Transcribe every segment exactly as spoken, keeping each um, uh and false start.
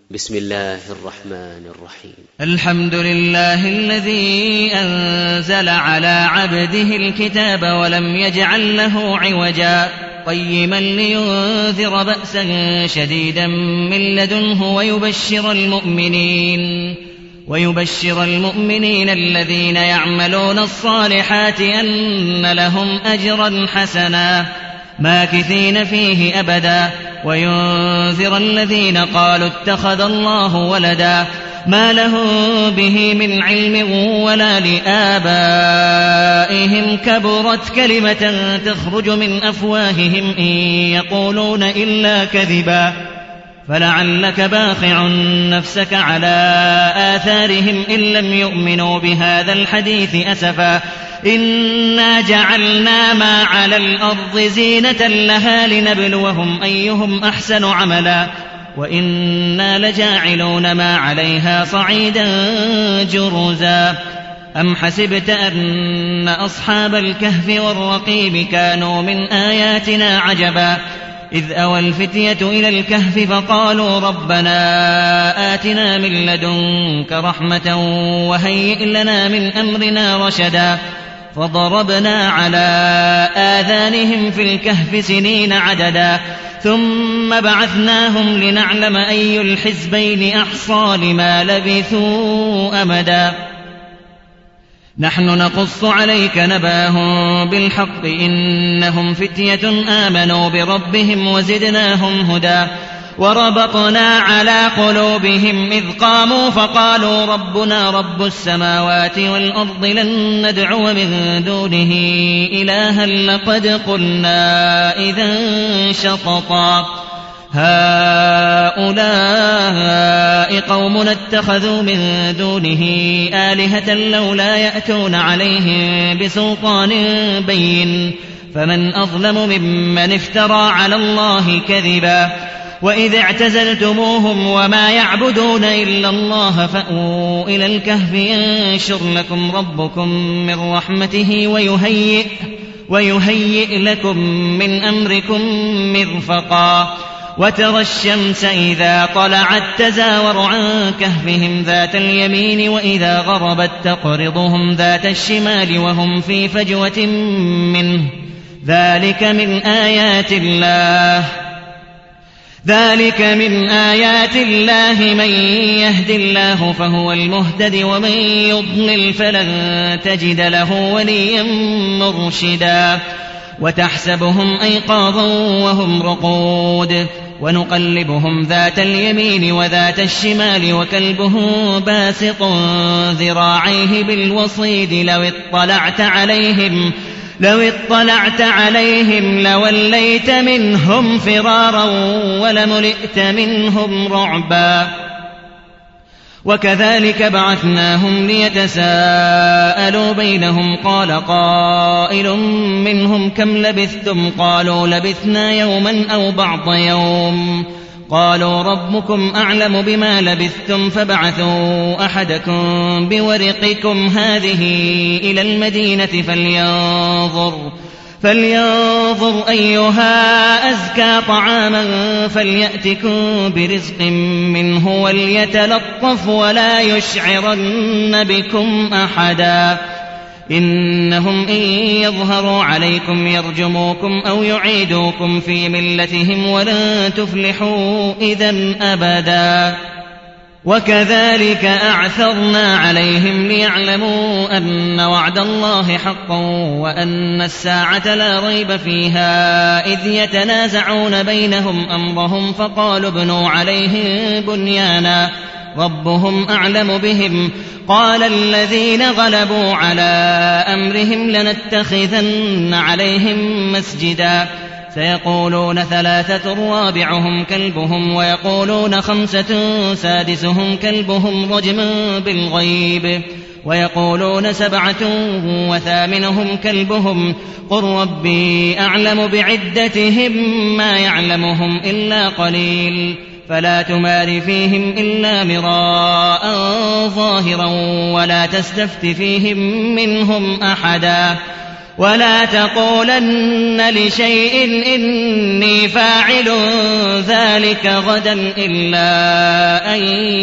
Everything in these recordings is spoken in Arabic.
بسم الله الرحمن الرحيم. الحمد لله الذي أنزل على عبده الكتاب ولم يجعل له عوجا قيما لينذر بأسا شديدا من لدنه ويبشر المؤمنين ويبشر المؤمنين الذين يعملون الصالحات أن لهم أجرا حسنا ماكثين فيه أبدا وينذر الذين قالوا اتخذ الله ولدا ما لهم به من علم ولا لآبائهم كبرت كلمة تخرج من أفواههم إن يقولون إلا كذبا فلعلك باخع نفسك على آثارهم إن لم يؤمنوا بهذا الحديث أسفا إنا جعلنا ما على الأرض زينة لها لنبلوهم أيهم أحسن عملا وإنا لجاعلون ما عليها صعيدا جرزا أم حسبت أن أصحاب الكهف والرقيم كانوا من آياتنا عجبا إذ أوى الفتية إلى الكهف فقالوا ربنا آتنا من لدنك رحمة وهيئ لنا من أمرنا رشدا فضربنا على آذانهم في الكهف سنين عددا ثم بعثناهم لنعلم أي الحزبين أحصى لما لبثوا أمدا نحن نقص عليك نباهم بالحق إنهم فتية آمنوا بربهم وزدناهم هدى وربطنا على قلوبهم إذ قاموا فقالوا ربنا رب السماوات والأرض لن ندعو من دونه إلها لقد قلنا إذا شططا هؤلاء قومنا اتخذوا من دونه آلهة لولا يأتون عليهم بسلطان بين فمن أظلم ممن افترى على الله كذبا وإذ اعتزلتموهم وما يعبدون إلا الله فأووا إلى الكهف ينشر لكم ربكم من رحمته ويهيئ, ويهيئ لكم من أمركم مرفقا وترى الشمس إذا طلعت تزاور عن كهفهم ذات اليمين وإذا غربت تقرضهم ذات الشمال وهم في فجوة منه ذلك من آيات الله ذلك من آيات الله من يهد الله فهو المهتد ومن يضلل فلن تجد له وليا مرشدا وتحسبهم أيقاظا وهم رقود ونقلبهم ذات اليمين وذات الشمال وكلبهم باسط ذراعيه بالوصيد لو اطلعت عليهم لو اطلعت عليهم لوليت منهم فرارا ولملئت منهم رعبا وكذلك بعثناهم ليتساءلوا بينهم قال قائل منهم كم لبثتم قالوا لبثنا يوما أو بعض يوم قالوا ربكم أعلم بما لبثتم فابعثوا أحدكم بورقكم هذه إلى المدينة فلينظر, فلينظر أيها أزكى طعاما فليأتكم برزق منه وليتلطف ولا يشعرن بكم أحدا إنهم إن يظهروا عليكم يرجموكم أو يعيدوكم في ملتهم ولن تفلحوا إذن أبدا وكذلك أعثرنا عليهم ليعلموا أن وعد الله حق وأن الساعة لا ريب فيها إذ يتنازعون بينهم أمرهم فقالوا ابنوا عليهم بنيانا ربهم أعلم بهم قال الذين غلبوا على أمرهم لنتخذن عليهم مسجدا سيقولون ثلاثة رابعهم كلبهم ويقولون خمسة سادسهم كلبهم رجما بالغيب ويقولون سبعة وثامنهم كلبهم قل ربي أعلم بعدتهم ما يعلمهم إلا قليل فلا تمار فيهم إلا مراء ظاهرا ولا تستفت فيهم منهم أحدا ولا تقولن لشيء إني فاعل ذلك غدا إلا أن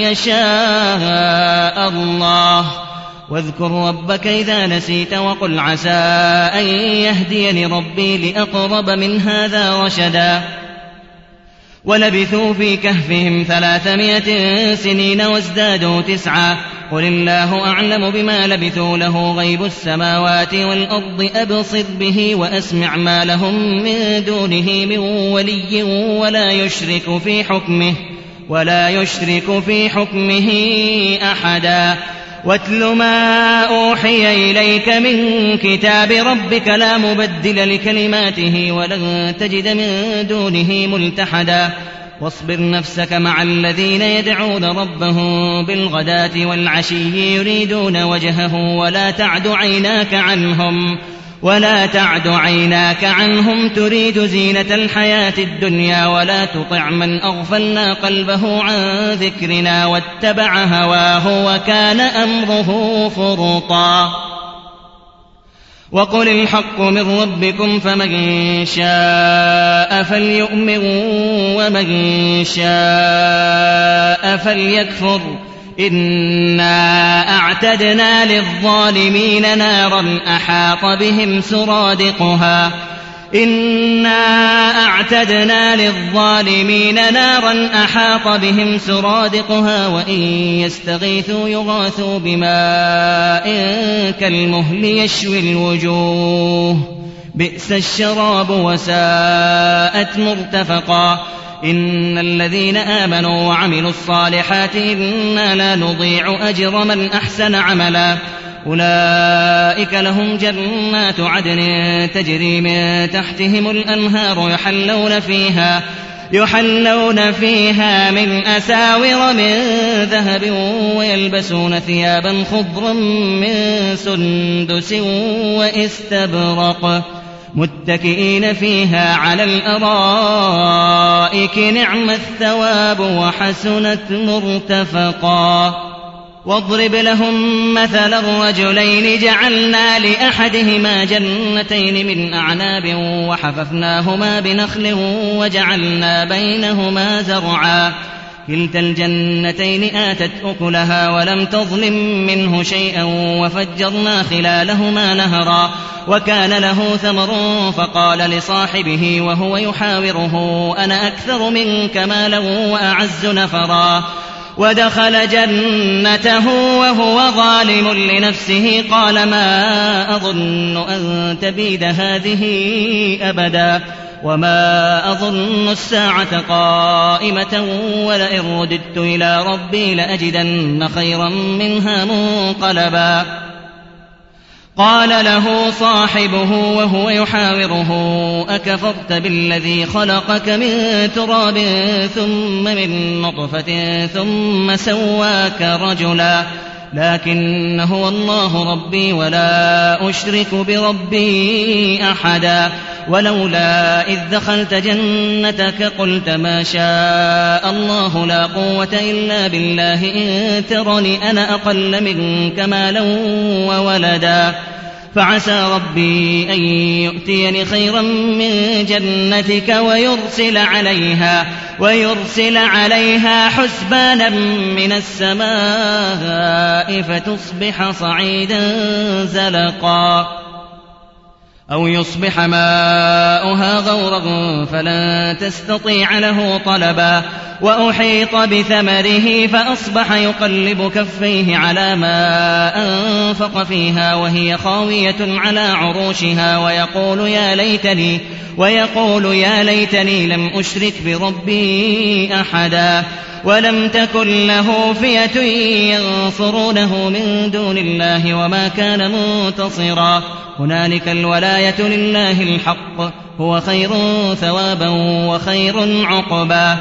يشاء الله واذكر ربك إذا نسيت وقل عسى أن يهديني ربي لأقرب من هذا رشدا ولبثوا في كهفهم ثلاثمائة سنين وازدادوا تسعا قل الله أعلم بما لبثوا له غيب السماوات والأرض أبصر به وأسمع ما لهم من دونه من ولي ولا يشرك في حكمه ولا يشرك في حكمه أحدا واتل ما أوحي إليك من كتاب ربك لا مبدل لكلماته ولن تجد من دونه ملتحدا واصبر نفسك مع الذين يدعون ربهم بالغداة والعشي يريدون وجهه ولا تعد عيناك عنهم ولا تعد عيناك عنهم تريد زينة الحياة الدنيا ولا تطع من أغفلنا قلبه عن ذكرنا واتبع هواه وكان أمره فرطا وقل الحق من ربكم فمن شاء فليؤمن ومن شاء فليكفر إنا أعتدنا للظالمين نارا أحاط بهم سرادقها إنا أعتدنا للظالمين نارا أحاط بهم سرادقها وإن يستغيثوا يغاثوا بماء كالمهل يشوي الوجوه بئس الشراب وساءت مرتفقا إن الذين آمنوا وعملوا الصالحات إنا لا نضيع أجر من أحسن عملا أولئك لهم جنات عدن تجري من تحتهم الأنهار يحلون فيها يحلون فيها من أساور من ذهب ويلبسون ثيابا خضرا من سندس واستبرق متكئين فيها على الأرائك نعم الثواب وحسنت مرتفقا واضرب لهم مثل الرجلين جعلنا لأحدهما جنتين من أعناب وحففناهما بنخل وجعلنا بينهما زرعا كلتا الجنتين آتت أكلها ولم تظلم منه شيئا وفجرنا خلالهما نهرا وكان له ثمر فقال لصاحبه وهو يحاوره أنا أكثر منك مالا وأعز نفرا ودخل جنته وهو ظالم لنفسه قال ما أظن أن تبيد هذه أبدا وما أظن الساعة قائمة ولئن رددت إلى ربي لأجدن خيرا منها منقلبا قال له صاحبه وهو يحاوره أكفرت بالذي خلقك من تراب ثم من نطفة ثم سواك رجلا لكن هو الله ربي ولا أشرك بربي أحدا ولولا إذ دخلت جنتك قلت ما شاء الله لا قوة إلا بالله إن ترني أنا أقل منك مالا وولدا فعسى ربي أن يؤتيني خيرا من جنتك ويرسل عليها ويرسل عليها حسبانا من السماء فتصبح صعيدا زلقا أو يصبح ماؤها غورا فلن تستطيع له طلبا وأحيط بثمره فأصبح يقلب كفيه على ما أنفق فيها وهي خاوية على عروشها ويقول يا ليتني ويقول يا ليتني لم أشرك بربي أحدا ولم تكن له فئة ينصرونه من دون الله وما كان منتصرا هنالك الولاية لله الحق هو خير ثوابا وخير عقبا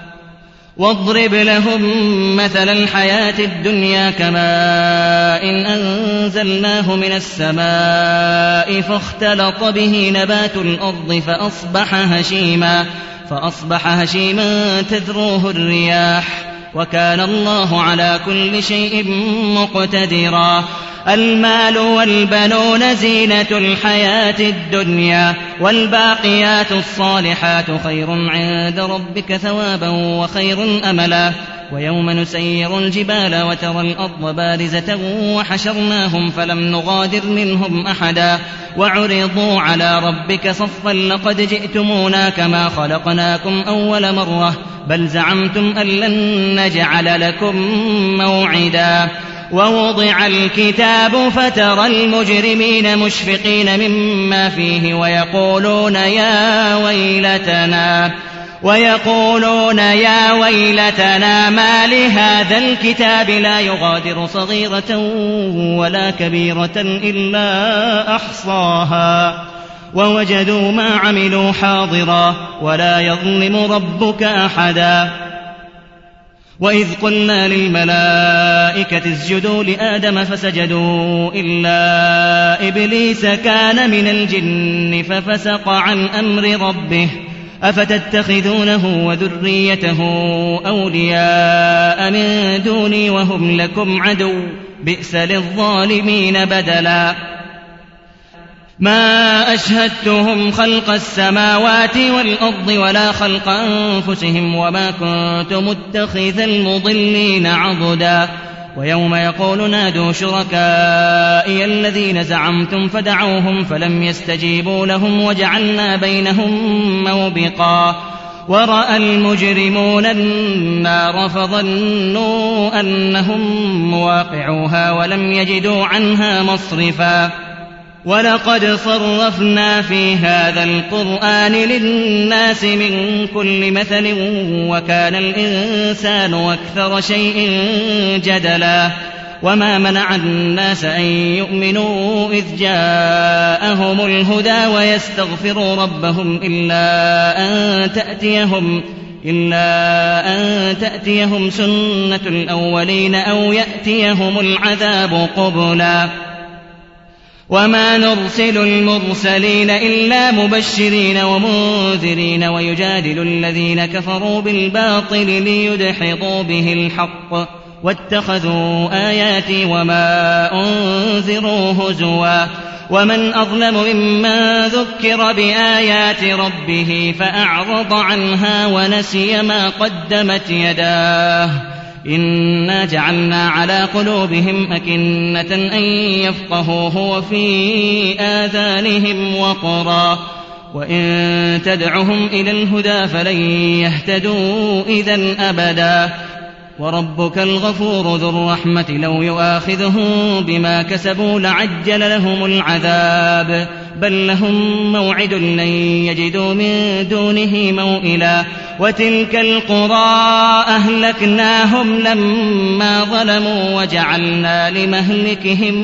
واضرب لهم مثل الحياة الدنيا كماء إن أنزلناه من السماء فاختلط به نبات الأرض فأصبح هشيما فأصبح هشيما تذروه الرياح وكان الله على كل شيء مقتدرا. المال والبنون زينة الحياة الدنيا، والباقيات الصالحات خير عند ربك ثوابا وخير أملا. ويوم نسير الجبال وترى الأرض بارزة وحشرناهم فلم نغادر منهم أحدا وعرضوا على ربك صفا لقد جئتمونا كما خلقناكم أول مرة بل زعمتم أن لن نجعل لكم موعدا. ووضع الكتاب فترى المجرمين مشفقين مما فيه ويقولون يا ويلتنا ويقولون يا ويلتنا ما لهذا الكتاب لا يغادر صغيرة ولا كبيرة إلا أحصاها ووجدوا ما عملوا حاضرا ولا يظلم ربك أحدا. وإذ قلنا للملائكة اسجدوا لآدم فسجدوا إلا إبليس كان من الجن ففسق عن أمر ربه أفتتخذونه وذريته أولياء من دوني وهم لكم عدو بئس للظالمين بدلا. ما أشهدتهم خلق السماوات والأرض ولا خلق أنفسهم وما كنت متخذ المضلين عضدا. ويوم يقول نادوا شركائي الذين زعمتم فدعوهم فلم يستجيبوا لهم وجعلنا بينهم موبقا. ورأى المجرمون النار فظنوا أنهم مواقعوها ولم يجدوا عنها مصرفا. ولقد صرفنا في هذا القرآن للناس من كل مثل وكان الإنسان أكثر شيء جدلا. وما منع الناس أن يؤمنوا إذ جاءهم الهدى ويستغفروا ربهم إلا أن تأتيهم إلا أن تأتيهم سنة الأولين أو يأتيهم العذاب قبلا. وما نرسل المرسلين إلا مبشرين ومنذرين ويجادل الذين كفروا بالباطل ليدحضوا به الحق واتخذوا آياتي وما أنذروا هزوا. ومن أظلم ممن ذكر بآيات ربه فأعرض عنها ونسي ما قدمت يداه إنا جعلنا على قلوبهم أكنة أن يفقهوه وفي آذانهم وقرا وإن تدعهم إلى الهدى فلن يهتدوا إذا أبدا. وربك الغفور ذو الرحمة لو يؤاخذهم بما كسبوا لعجل لهم العذاب بل لهم موعد لن يجدوا من دونه موئلا. وتلك القرى أهلكناهم لما ظلموا وجعلنا لمهلكهم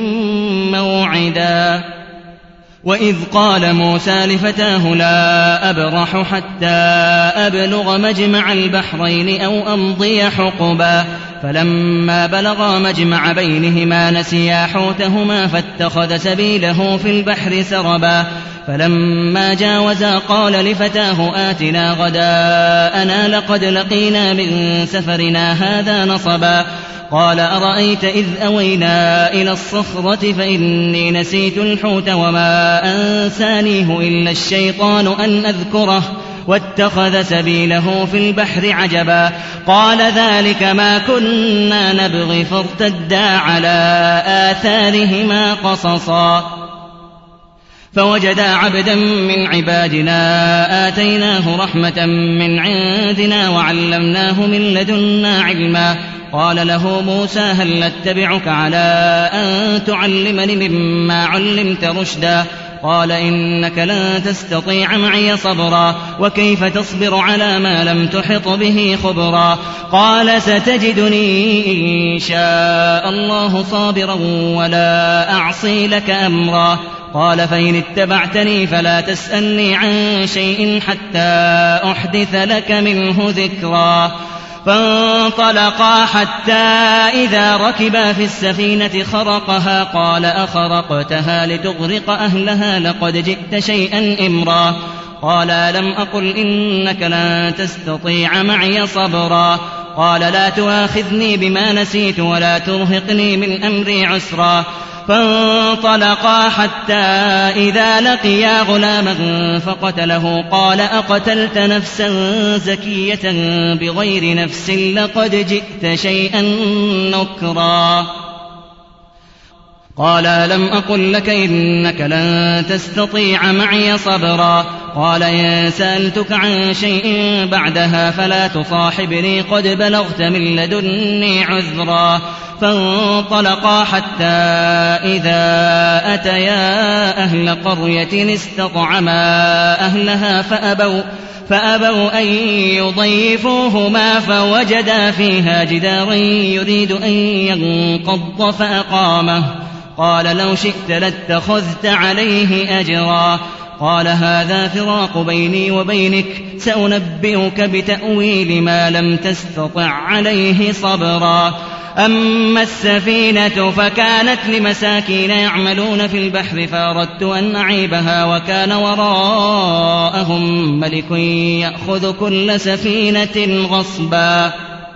موعدا. وإذ قال موسى لفتاه لا أبرح حتى أبلغ مجمع البحرين أو أمضي حقبا فلما بلغا مجمع بينهما نسيا حوتهما فاتخذ سبيله في البحر سربا فلما جاوزا قال لفتاه آتنا غداءنا لقد لقينا من سفرنا هذا نصبا قال أرأيت إذ أوينا إلى الصخرة فإني نسيت الحوت وما أنسانيه إلا الشيطان أن أذكره واتخذ سبيله في البحر عجبا قال ذلك ما كنا نبغي فارتدا على آثارهما قصصا فوجدا عبدا من عبادنا آتيناه رحمة من عندنا وعلمناه من لدنا علما قال له موسى هل أتبعك على أن تعلمني مما علمت رشدا قال إنك لن تستطيع معي صبرا وكيف تصبر على ما لم تحط به خبرا قال ستجدني إن شاء الله صابرا ولا أعصي لك أمرا قال فإن اتبعتني فلا تسألني عن شيء حتى أحدث لك منه ذكرا فانطلقا حتى إذا ركبا في السفينة خرقها قال أخرقتها لتغرق أهلها لقد جئت شيئا إمرا قال ألم أقل إنك لن تستطيع معي صبرا قال لا تؤاخذني بما نسيت ولا ترهقني من أمري عسرا فانطلقا حتى إذا لقيا غلاما فقتله قال أقتلت نفسا زكية بغير نفس لقد جئت شيئا نكرا قال لم أقل لك إنك لن تستطيع معي صبرا قال إن سألتك عن شيء بعدها فلا تصاحبني قد بلغت من لدني عذرا فانطلقا حتى إذا أتيا أهل قرية استطعما أهلها فأبوا, فأبوا أن يضيفوهما فوجدا فيها جدارا يريد أن ينقض فأقامه قال لو شئت لاتخذت عليه أجرا قال هذا فراق بيني وبينك سأنبئك بتأويل ما لم تستطع عليه صبرا أما السفينة فكانت لمساكين يعملون في البحر فأردت أن أعيبها وكان وراءهم ملك يأخذ كل سفينة غصبا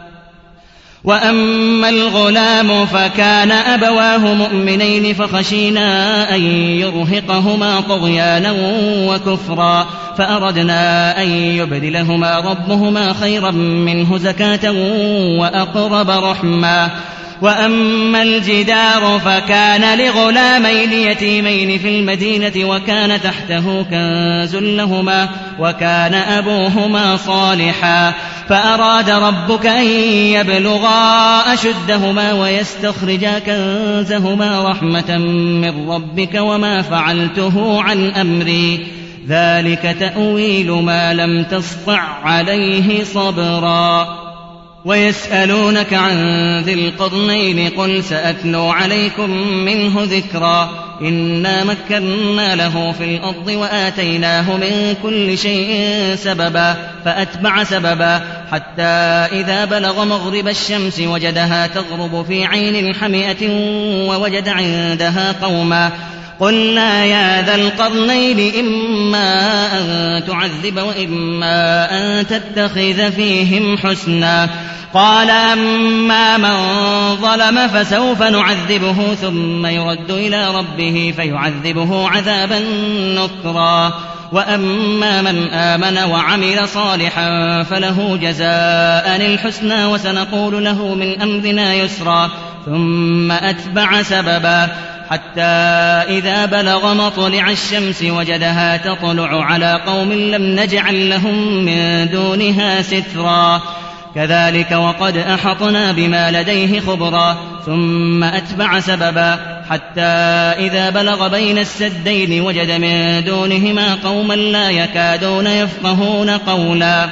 وأما الغلام فكان أبواه مؤمنين فخشينا أن يرهقهما طغيانا وكفرا فأردنا أن يبدلهما ربهما خيرا منه زكاة وأقرب رحما وأما الجدار فكان لغلامين يتيمين في المدينة وكان تحته كنز لهما وكان أبوهما صالحا فأراد ربك أن يبلغا أشدهما ويستخرجا كنزهما رحمة من ربك وما فعلته عن أمري ذلك تأويل ما لم تسطع عليه صبرا ويسألونك عن ذي القرنين قل سأتلو عليكم منه ذكرا إنا مكنا له في الأرض وآتيناه من كل شيء سببا فأتبع سببا حتى إذا بلغ مغرب الشمس وجدها تغرب في عين حمئة ووجد عندها قوما قلنا يا ذا القرنين إما أن تعذب وإما أن تتخذ فيهم حسنا قال أما من ظلم فسوف نعذبه ثم يرد إلى ربه فيعذبه عذابا نكرا وأما من آمن وعمل صالحا فله جزاء الحسنى وسنقول له من أمرنا يسرا ثم أتبع سببا حتى إذا بلغ مطلع الشمس وجدها تطلع على قوم لم نجعل لهم من دونها سترا كذلك وقد أحطنا بما لديه خبرا ثم أتبع سببا حتى إذا بلغ بين السدين وجد من دونهما قوما لا يكادون يفقهون قولا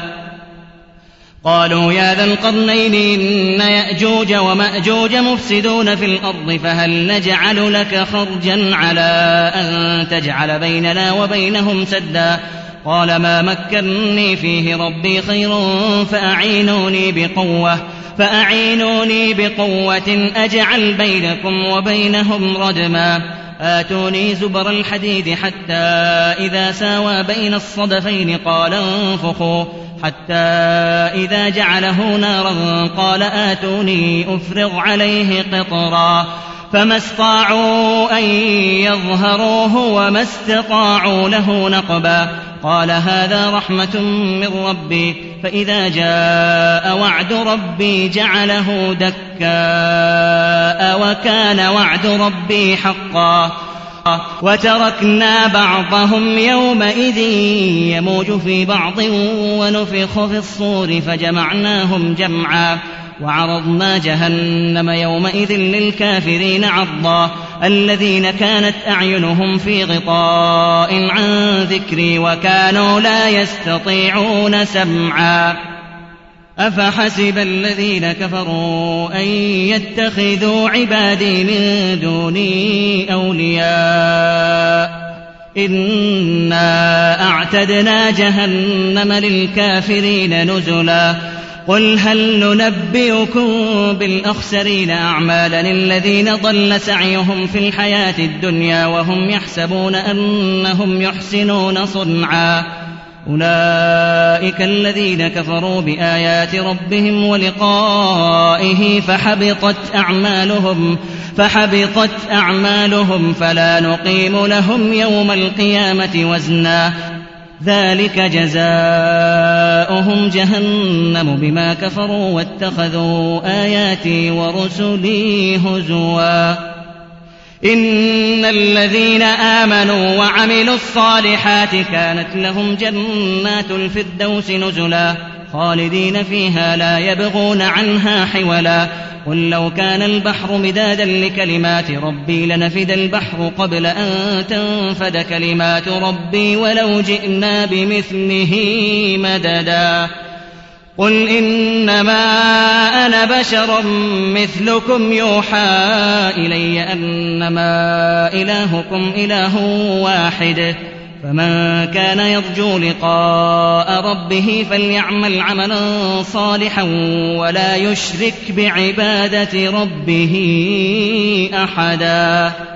قالوا يا ذا القرنين إن يأجوج ومأجوج مفسدون في الأرض فهل نجعل لك خرجا على أن تجعل بيننا وبينهم سدا قال ما مكنني فيه ربي خير فأعينوني بقوة فأعينوني بقوة أجعل بينكم وبينهم ردما آتوني زبر الحديد حتى إذا ساوى بين الصدفين قال انفخوا حتى إذا جعله نارا قال آتوني أفرغ عليه قطرا فما استطاعوا أن يظهروه وما استطاعوا له نقبا قال هذا رحمة من ربي فإذا جاء وعد ربي جعله دكاء وكان وعد ربي حقا وتركنا بعضهم يومئذ يموج في بعض ونفخ في الصور فجمعناهم جمعا وعرضنا جهنم يومئذ للكافرين عرضا الذين كانت أعينهم في غطاء عن ذكري وكانوا لا يستطيعون سمعا أفحسب الذين كفروا أن يتخذوا عبادي من دوني أولياء إنا أعتدنا جهنم للكافرين نزلا قل هل ننبئكم بالأخسرين أعمالا الذين ضل سعيهم في الحياة الدنيا وهم يحسبون أنهم يحسنون صنعا أولئك الذين كفروا بآيات ربهم ولقائه فحبطت أعمالهم فحبطت أعمالهم فلا نقيم لهم يوم القيامة وزنا ذلك جزاؤهم جهنم بما كفروا واتخذوا آياتي ورسلي هزوا إن الذين آمنوا وعملوا الصالحات كانت لهم جنات الفردوس نزلا خالدين فيها لا يبغون عنها حولا قل لو كان البحر مدادا لكلمات ربي لنفد البحر قبل أن تنفد كلمات ربي ولو جئنا بمثله مددا قل إنما أنا بشر مثلكم يوحى إلي أنما إلهكم إله واحد فمن كان يرجو لقاء ربه فليعمل عملا صالحا ولا يشرك بعبادة ربه أحدا.